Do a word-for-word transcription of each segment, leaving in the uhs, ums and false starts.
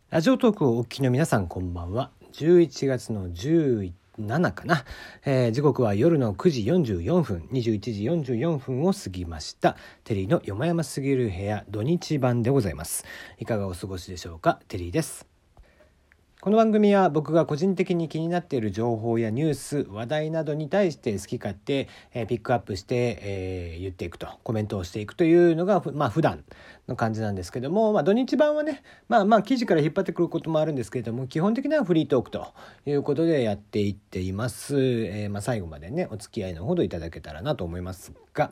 ラジオトークをお聞きの皆さんこんばんは。じゅういちがつのじゅうしちかな、えー、時刻は夜のくじよんじゅうよんぷん、にじゅういちじよんじゅうよんぷんを過ぎました。テリーのよまやますぎる部屋土日版でございます。いかがお過ごしでしょうか。テリーです。この番組は僕が個人的に気になっている情報やニュース、話題などに対して好き勝手、えー、ピックアップして、えー、言っていくと、コメントをしていくというのが、まあ普段の感じなんですけども、まあ土日版はね、まあまあ記事から引っ張ってくることもあるんですけれども、基本的にはフリートークということでやっていっています。えー、まあ最後までね、お付き合いのほどいただけたらなと思いますが、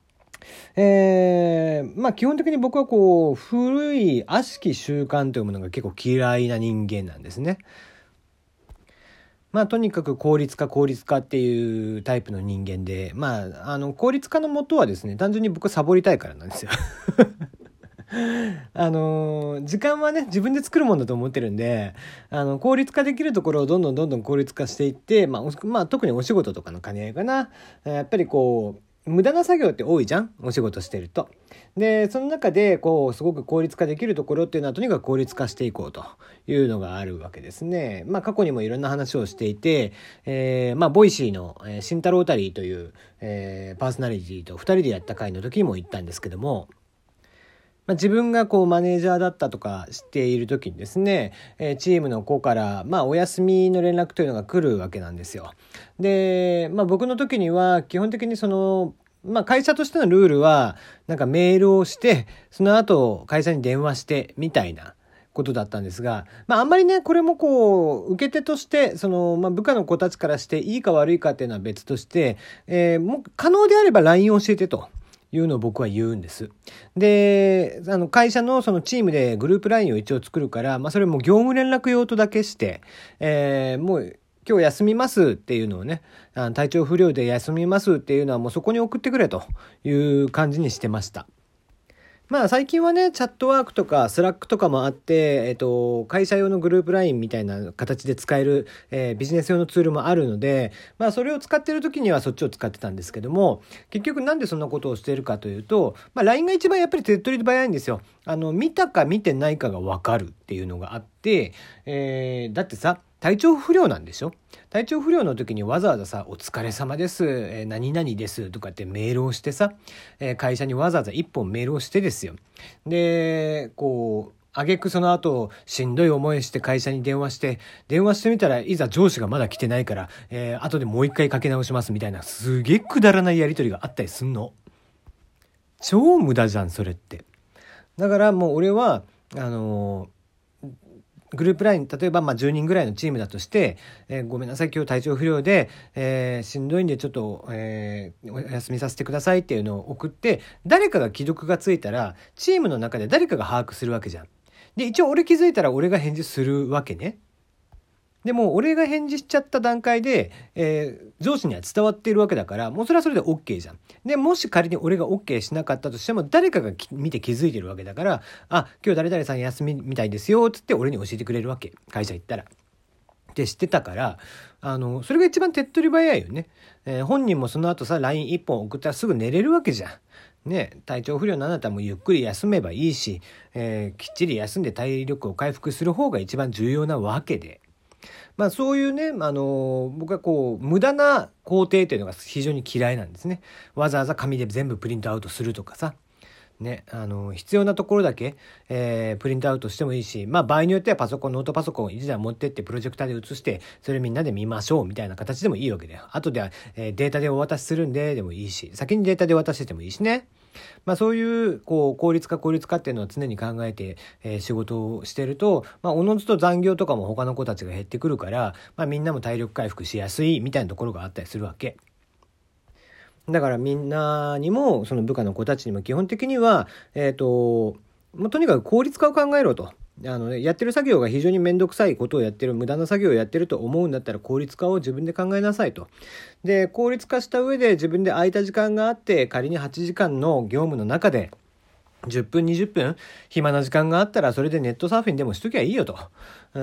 えー、まあ基本的に僕はこう古い悪しき習慣というものが結構嫌いな人間なんですね。まあとにかく効率化効率化っていうタイプの人間で、まああの効率化のもとはですね、単純に僕はサボりたいからなんですよ。あの時間はね自分で作るものだと思ってるんで、あの効率化できるところをどんどんどんどん効率化していって、まあ、まあ特にお仕事とかの兼ね合いかな。やっぱりこう無駄な作業って多いじゃん、お仕事してると。でその中でこうすごく効率化できるところっていうのはとにかく効率化していこうというのがあるわけですね。まあ過去にもいろんな話をしていて、えー、まあボイシーの、えー、慎太郎タリーという、えー、パーソナリティとふたりでやった回の時にも言ったんですけども、まあ、自分がこうマネージャーだったとかしている時にですね、えー、チームの子からまあお休みの連絡というのが来るわけなんですよ。で、まあ、僕の時には基本的にそのまあ会社としてのルールはなんかメールをしてその後会社に電話してみたいなことだったんですが、まああんまりねこれもこう受け手としてその、まあ、部下の子たちからしていいか悪いかっていうのは別として、えー、もう可能であれば ライン を教えてというのを僕は言うんです。で、あの会社のそのチームでグループ ライン を一応作るから、まあそれも業務連絡用とだけして、えー、もう今日休みますっていうのをね、あの体調不良で休みますっていうのはもうそこに送ってくれという感じにしてました。まあ最近はね、チャットワークとかスラックとかもあって、えっと、会社用のグループ ライン みたいな形で使える、えー、ビジネス用のツールもあるので、まあそれを使ってる時にはそっちを使ってたんですけども、結局なんでそんなことをしているかというと、まあ ライン が一番やっぱり手っ取り早いんですよ。あの、見たか見てないかがわかるっていうのがあって、えー、だってさ、体調不良なんでしょ。体調不良の時にわざわざさ、お疲れ様です、えー、何々ですとかってメールをしてさ、えー、会社にわざわざ一本メールをしてですよ。で、こう、挙句その後、しんどい思いして会社に電話して、電話してみたらいざ上司がまだ来てないから、えー、後でもう一回かけ直しますみたいな、すげえくだらないやりとりがあったりすんの。超無駄じゃん、それって。だからもう俺は、あのー、グループ ライン、例えばまあじゅうにんぐらいのチームだとして、えー、ごめんなさい今日体調不良で、えー、しんどいんでちょっと、えー、お休みさせてくださいっていうのを送って、誰かが既読がついたらチームの中で誰かが把握するわけじゃん。で一応俺気づいたら俺が返事するわけね。でも俺が返事しちゃった段階で、えー、上司には伝わっているわけだから、もうそれはそれで OK じゃん。でもし仮に俺が OK しなかったとしても誰かが見て気づいてるわけだから、あ、今日誰々さん休みみたいですよつって俺に教えてくれるわけ、会社行ったらって知ってたから、あのそれが一番手っ取り早いよね。えー、本人もその後さ ラインいっ 本送ったらすぐ寝れるわけじゃんね。体調不良なんだったらもうゆっくり休めばいいし、えー、きっちり休んで体力を回復する方が一番重要なわけで、まあそういうね、あの僕はこう無駄な工程っていうのが非常に嫌いなんですね。わざわざ紙で全部プリントアウトするとかさ、ね、あの必要なところだけ、えー、プリントアウトしてもいいし、まあ場合によってはパソコンノートパソコンを一台持ってってプロジェクターで写してそれみんなで見ましょうみたいな形でもいいわけだよ。後では、えー、データでお渡しするんででもいいし、先にデータで渡しててもいいしね。まあそういうこう効率化効率化っていうのを常に考えて、えー、仕事をしてると、まあおのずと残業とかも他の子たちが減ってくるから、まあみんなも体力回復しやすいみたいなところがあったりするわけ。だからみんなにもその部下の子たちにも基本的にはえっと、まあ、とにかく効率化を考えろと。あの、ね、やってる作業が非常にめんどくさいことをやってる、無駄な作業をやってると思うんだったら効率化を自分で考えなさいと。で、効率化した上で自分で空いた時間があって、仮にはちじかんの業務の中でじゅっぷんにじゅっぷん暇な時間があったらそれでネットサーフィンでもしときゃいいよと、うん、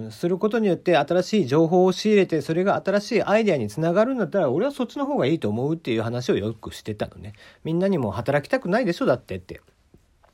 することによって新しい情報を仕入れてそれが新しいアイデアにつながるんだったら俺はそっちの方がいいと思うっていう話をよくしてたのね。みんなにも働きたくないでしょだってって。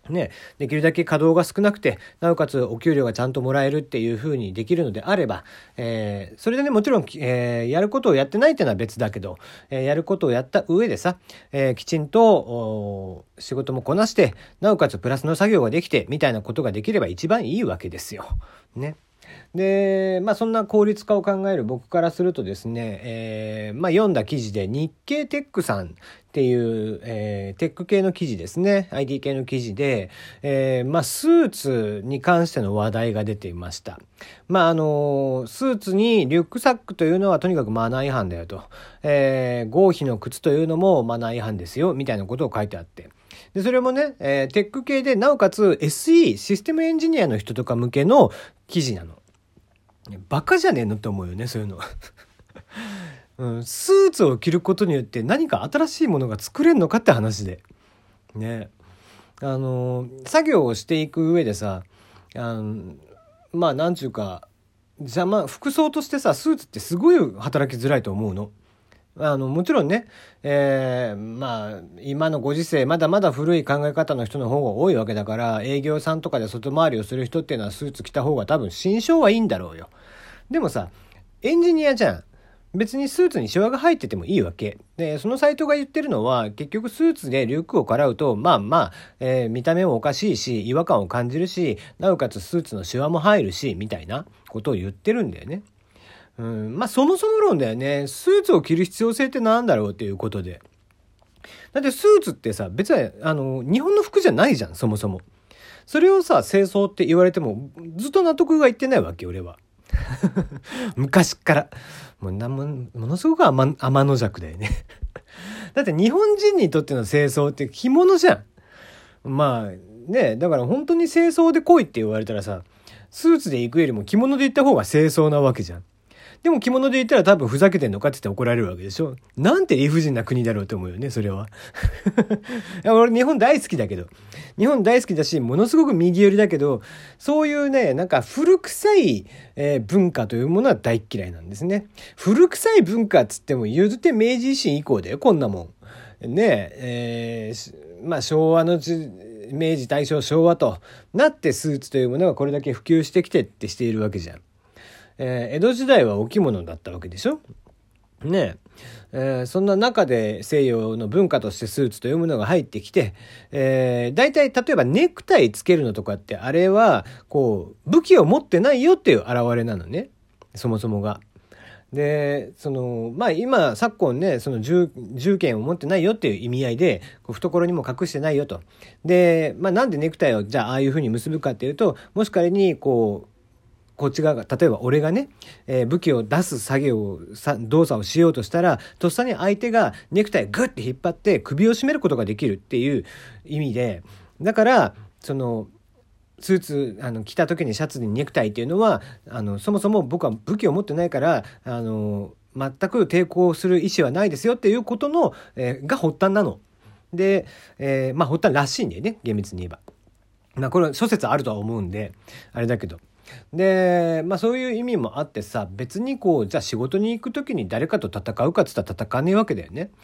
ね、できるだけ稼働が少なくて、なおかつお給料がちゃんともらえるっていう風にできるのであれば、えー、それでね、もちろん、えー、やることをやってないっていうのは別だけど、えー、やることをやった上でさ、えー、きちんと仕事もこなして、なおかつプラスの作業ができて、みたいなことができれば一番いいわけですよ。ね。で、まあそんな効率化を考える僕からするとですね、えー、まあ読んだ記事で日経テックさんっていう、えー、テック系の記事ですね、アイティー 系の記事で、えー、まあスーツに関しての話題が出ていました。まああのスーツにリュックサックというのはとにかくマナー違反だよと、えー、合皮の靴というのもマナー違反ですよみたいなことを書いてあって。で、それもね、えー、テック系でなおかつ エスイー システムエンジニアの人とか向けの記事なの。バカじゃねえのって思うよね、そういうの。うん、スーツを着ることによって何か新しいものが作れるのかって話で。ね。あの、作業をしていく上でさ、あのまあなんちゅうか、邪魔、服装としてさ、スーツってすごい働きづらいと思うの。あのもちろんね、えー、まあ今のご時世まだまだ古い考え方の人の方が多いわけだから、営業さんとかで外回りをする人っていうのはスーツ着た方が多分心象はいいんだろうよ。でもさ、エンジニアじゃん。別にスーツにシワが入っててもいいわけで、そのサイトが言ってるのは結局スーツでリュックをからうとまあまあ、えー、見た目もおかしいし違和感を感じるし、なおかつスーツのシワも入るしみたいなことを言ってるんだよね。うん、まあそもそも論だよね。スーツを着る必要性ってなんだろうっていうことで。だってスーツってさ、別にあの日本の服じゃないじゃん、そもそも。それをさ、清掃って言われてもずっと納得がいってないわけ、俺は。昔からもうなもものすごく天天の弱だよね。だって日本人にとっての清掃って着物じゃん。まあね、だから本当に清掃で来いって言われたらさ、スーツで行くよりも着物で行った方が清掃なわけじゃん。でも着物で言ったら多分ふざけてんのかって言って怒られるわけでしょ。なんて理不尽な国だろうと思うよね、それは。いや俺日本大好きだけど。日本大好きだし、ものすごく右寄りだけど、そういうね、なんか古臭い、えー、文化というものは大嫌いなんですね。古臭い文化っつっても言うて明治維新以降だよ、こんなもん。ねえ、えー、まあ昭和の時、明治大正昭和となってスーツというものがこれだけ普及してきてってしているわけじゃん。えー、江戸時代はお着物だったわけでしょねえ。えー、そんな中で西洋の文化としてスーツというものが入ってきて、えー、大体例えばネクタイつけるのとかってあれはこう武器を持ってないよっていう現れなのね、そもそもが。でそのまあ今昨今ね、その 銃, 銃剣を持ってないよっていう意味合いでこう懐にも隠してないよと。でまあなんでネクタイをじゃあああいう風に結ぶかっていうと、もし仮にこうこっち側が、例えば俺がね、えー、武器を出す作業をさ動作をしようとしたら、とっさに相手がネクタイグッて引っ張って首を絞めることができるっていう意味で、だからそのスーツあの着た時にシャツにネクタイっていうのはあのそもそも僕は武器を持ってないからあの全く抵抗する意思はないですよっていうことの、えー、が発端なので、えー、まあ発端らしいんだよね、厳密に言えば。まあこれは諸説あるとは思うんであれだけど、でまあそういう意味もあってさ、別にこうじゃあ仕事に行く時に誰かと戦うかっつったら戦わねえわけだよね。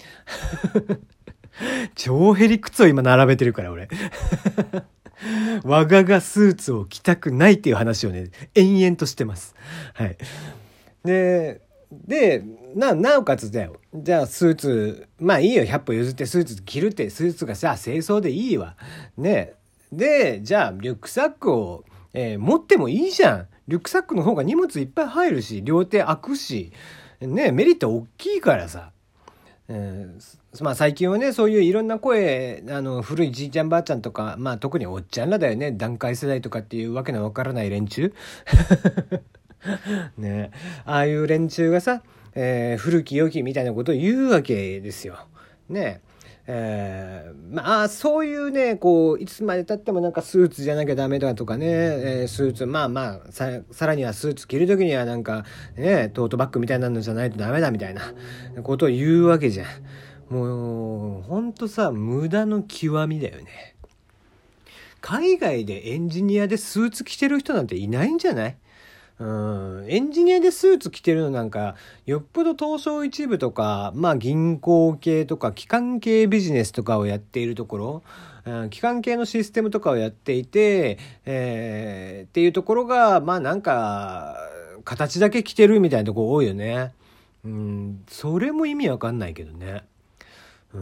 超ヘリ靴を今並べてるから俺。我ががスーツを着たくないっていう話をね延々としてます。はい。ででななおかつだよ、じゃあスーツまあいいよ、ひゃっぽ譲ってスーツ着るって、スーツがさ清掃でいいわね。でじゃあリュックサックを、えー、持ってもいいじゃん。リュックサックの方が荷物いっぱい入るし両手開くしね、メリット大きいからさ。えー、まあ最近はねそういういろんな声、あの古いじいちゃんばあちゃんとか、まあ特におっちゃんらだよね、団塊世代とかっていうわけのわからない連中ね、ああいう連中がさ、えー、古き良きみたいなことを言うわけですよね。えー、まあそういうねこういつまでたってもなんかスーツじゃなきゃダメだとかね、えー、スーツまあまあ さ, さらにはスーツ着る時にはなんかねトートバッグみたいなのじゃないとダメだみたいなことを言うわけじゃん。もうほんとさ無駄の極みだよね。海外でエンジニアでスーツ着てる人なんていないんじゃない？うん、エンジニアでスーツ着てるのなんかよっぽど東証一部とか、まあ銀行系とか機関系ビジネスとかをやっているところ、 機関系のシステムとかをやっていて、えー、っていうところが、まあなんか、形だけ着てるみたいなところ多いよね。うん、それも意味わかんないけどね。うん、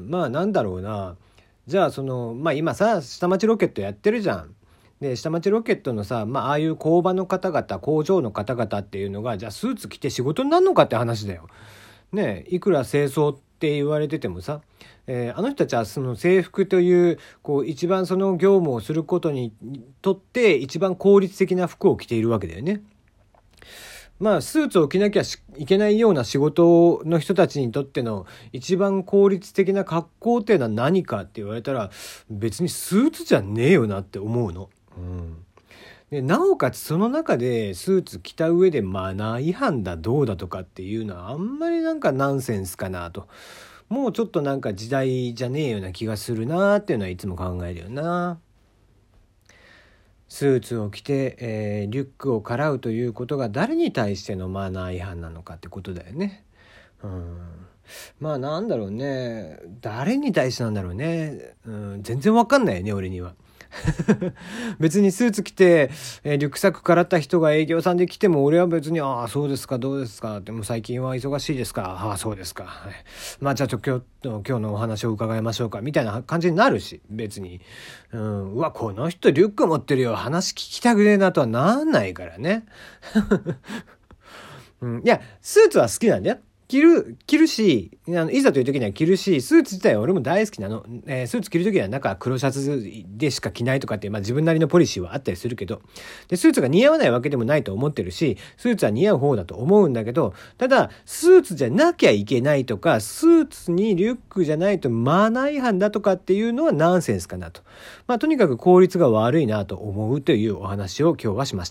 まあなんだろうな。じゃあその、まあ今さ、下町ロケットやってるじゃん。で、下町ロケットのさ、まあああいう工場の方々、工場の方々っていうのが、じゃあスーツ着て仕事になるのかって話だよ。ね、いくら清掃って言われててもさ、えー、あの人たちはその制服という、こう一番その業務をすることにとって一番効率的な服を着ているわけだよね。まあスーツを着なきゃいけないような仕事の人たちにとっての一番効率的な格好っていうのは何かって言われたら、別にスーツじゃねえよなって思うの。うん。でなおかつその中でスーツ着た上でマナー違反だどうだとかっていうのはあんまりなんかナンセンスかなと。もうちょっとなんか時代じゃねえような気がするなっていうのはいつも考えるよな。スーツを着て、えー、リュックをからうということが誰に対してのマナー違反なのかってことだよね。うん、まあなんだろうね。誰に対してなんだろうね。うん、全然わかんないよね俺には。別にスーツ着て、えー、リュックサックからった人が営業さんで来ても俺は別にああそうですかどうですかでも最近は忙しいですかああそうですか、はい、まあじゃあちょ今日今日のお話を伺いましょうかみたいな感じになるし別に、うん、うわこの人リュック持ってるよ話聞きたくねえなとはなんないからね、うん、いやスーツは好きなんだよ着る、着るし、あのいざという時には着るし、スーツ自体は俺も大好きなの。えー、スーツ着る時は中は黒シャツでしか着ないとかって、まあ自分なりのポリシーはあったりするけど、で、スーツが似合わないわけでもないと思ってるし、スーツは似合う方だと思うんだけど、ただ、スーツじゃなきゃいけないとか、スーツにリュックじゃないとマナー違反だとかっていうのはナンセンスかなと。まあとにかく効率が悪いなと思うというお話を今日はしました。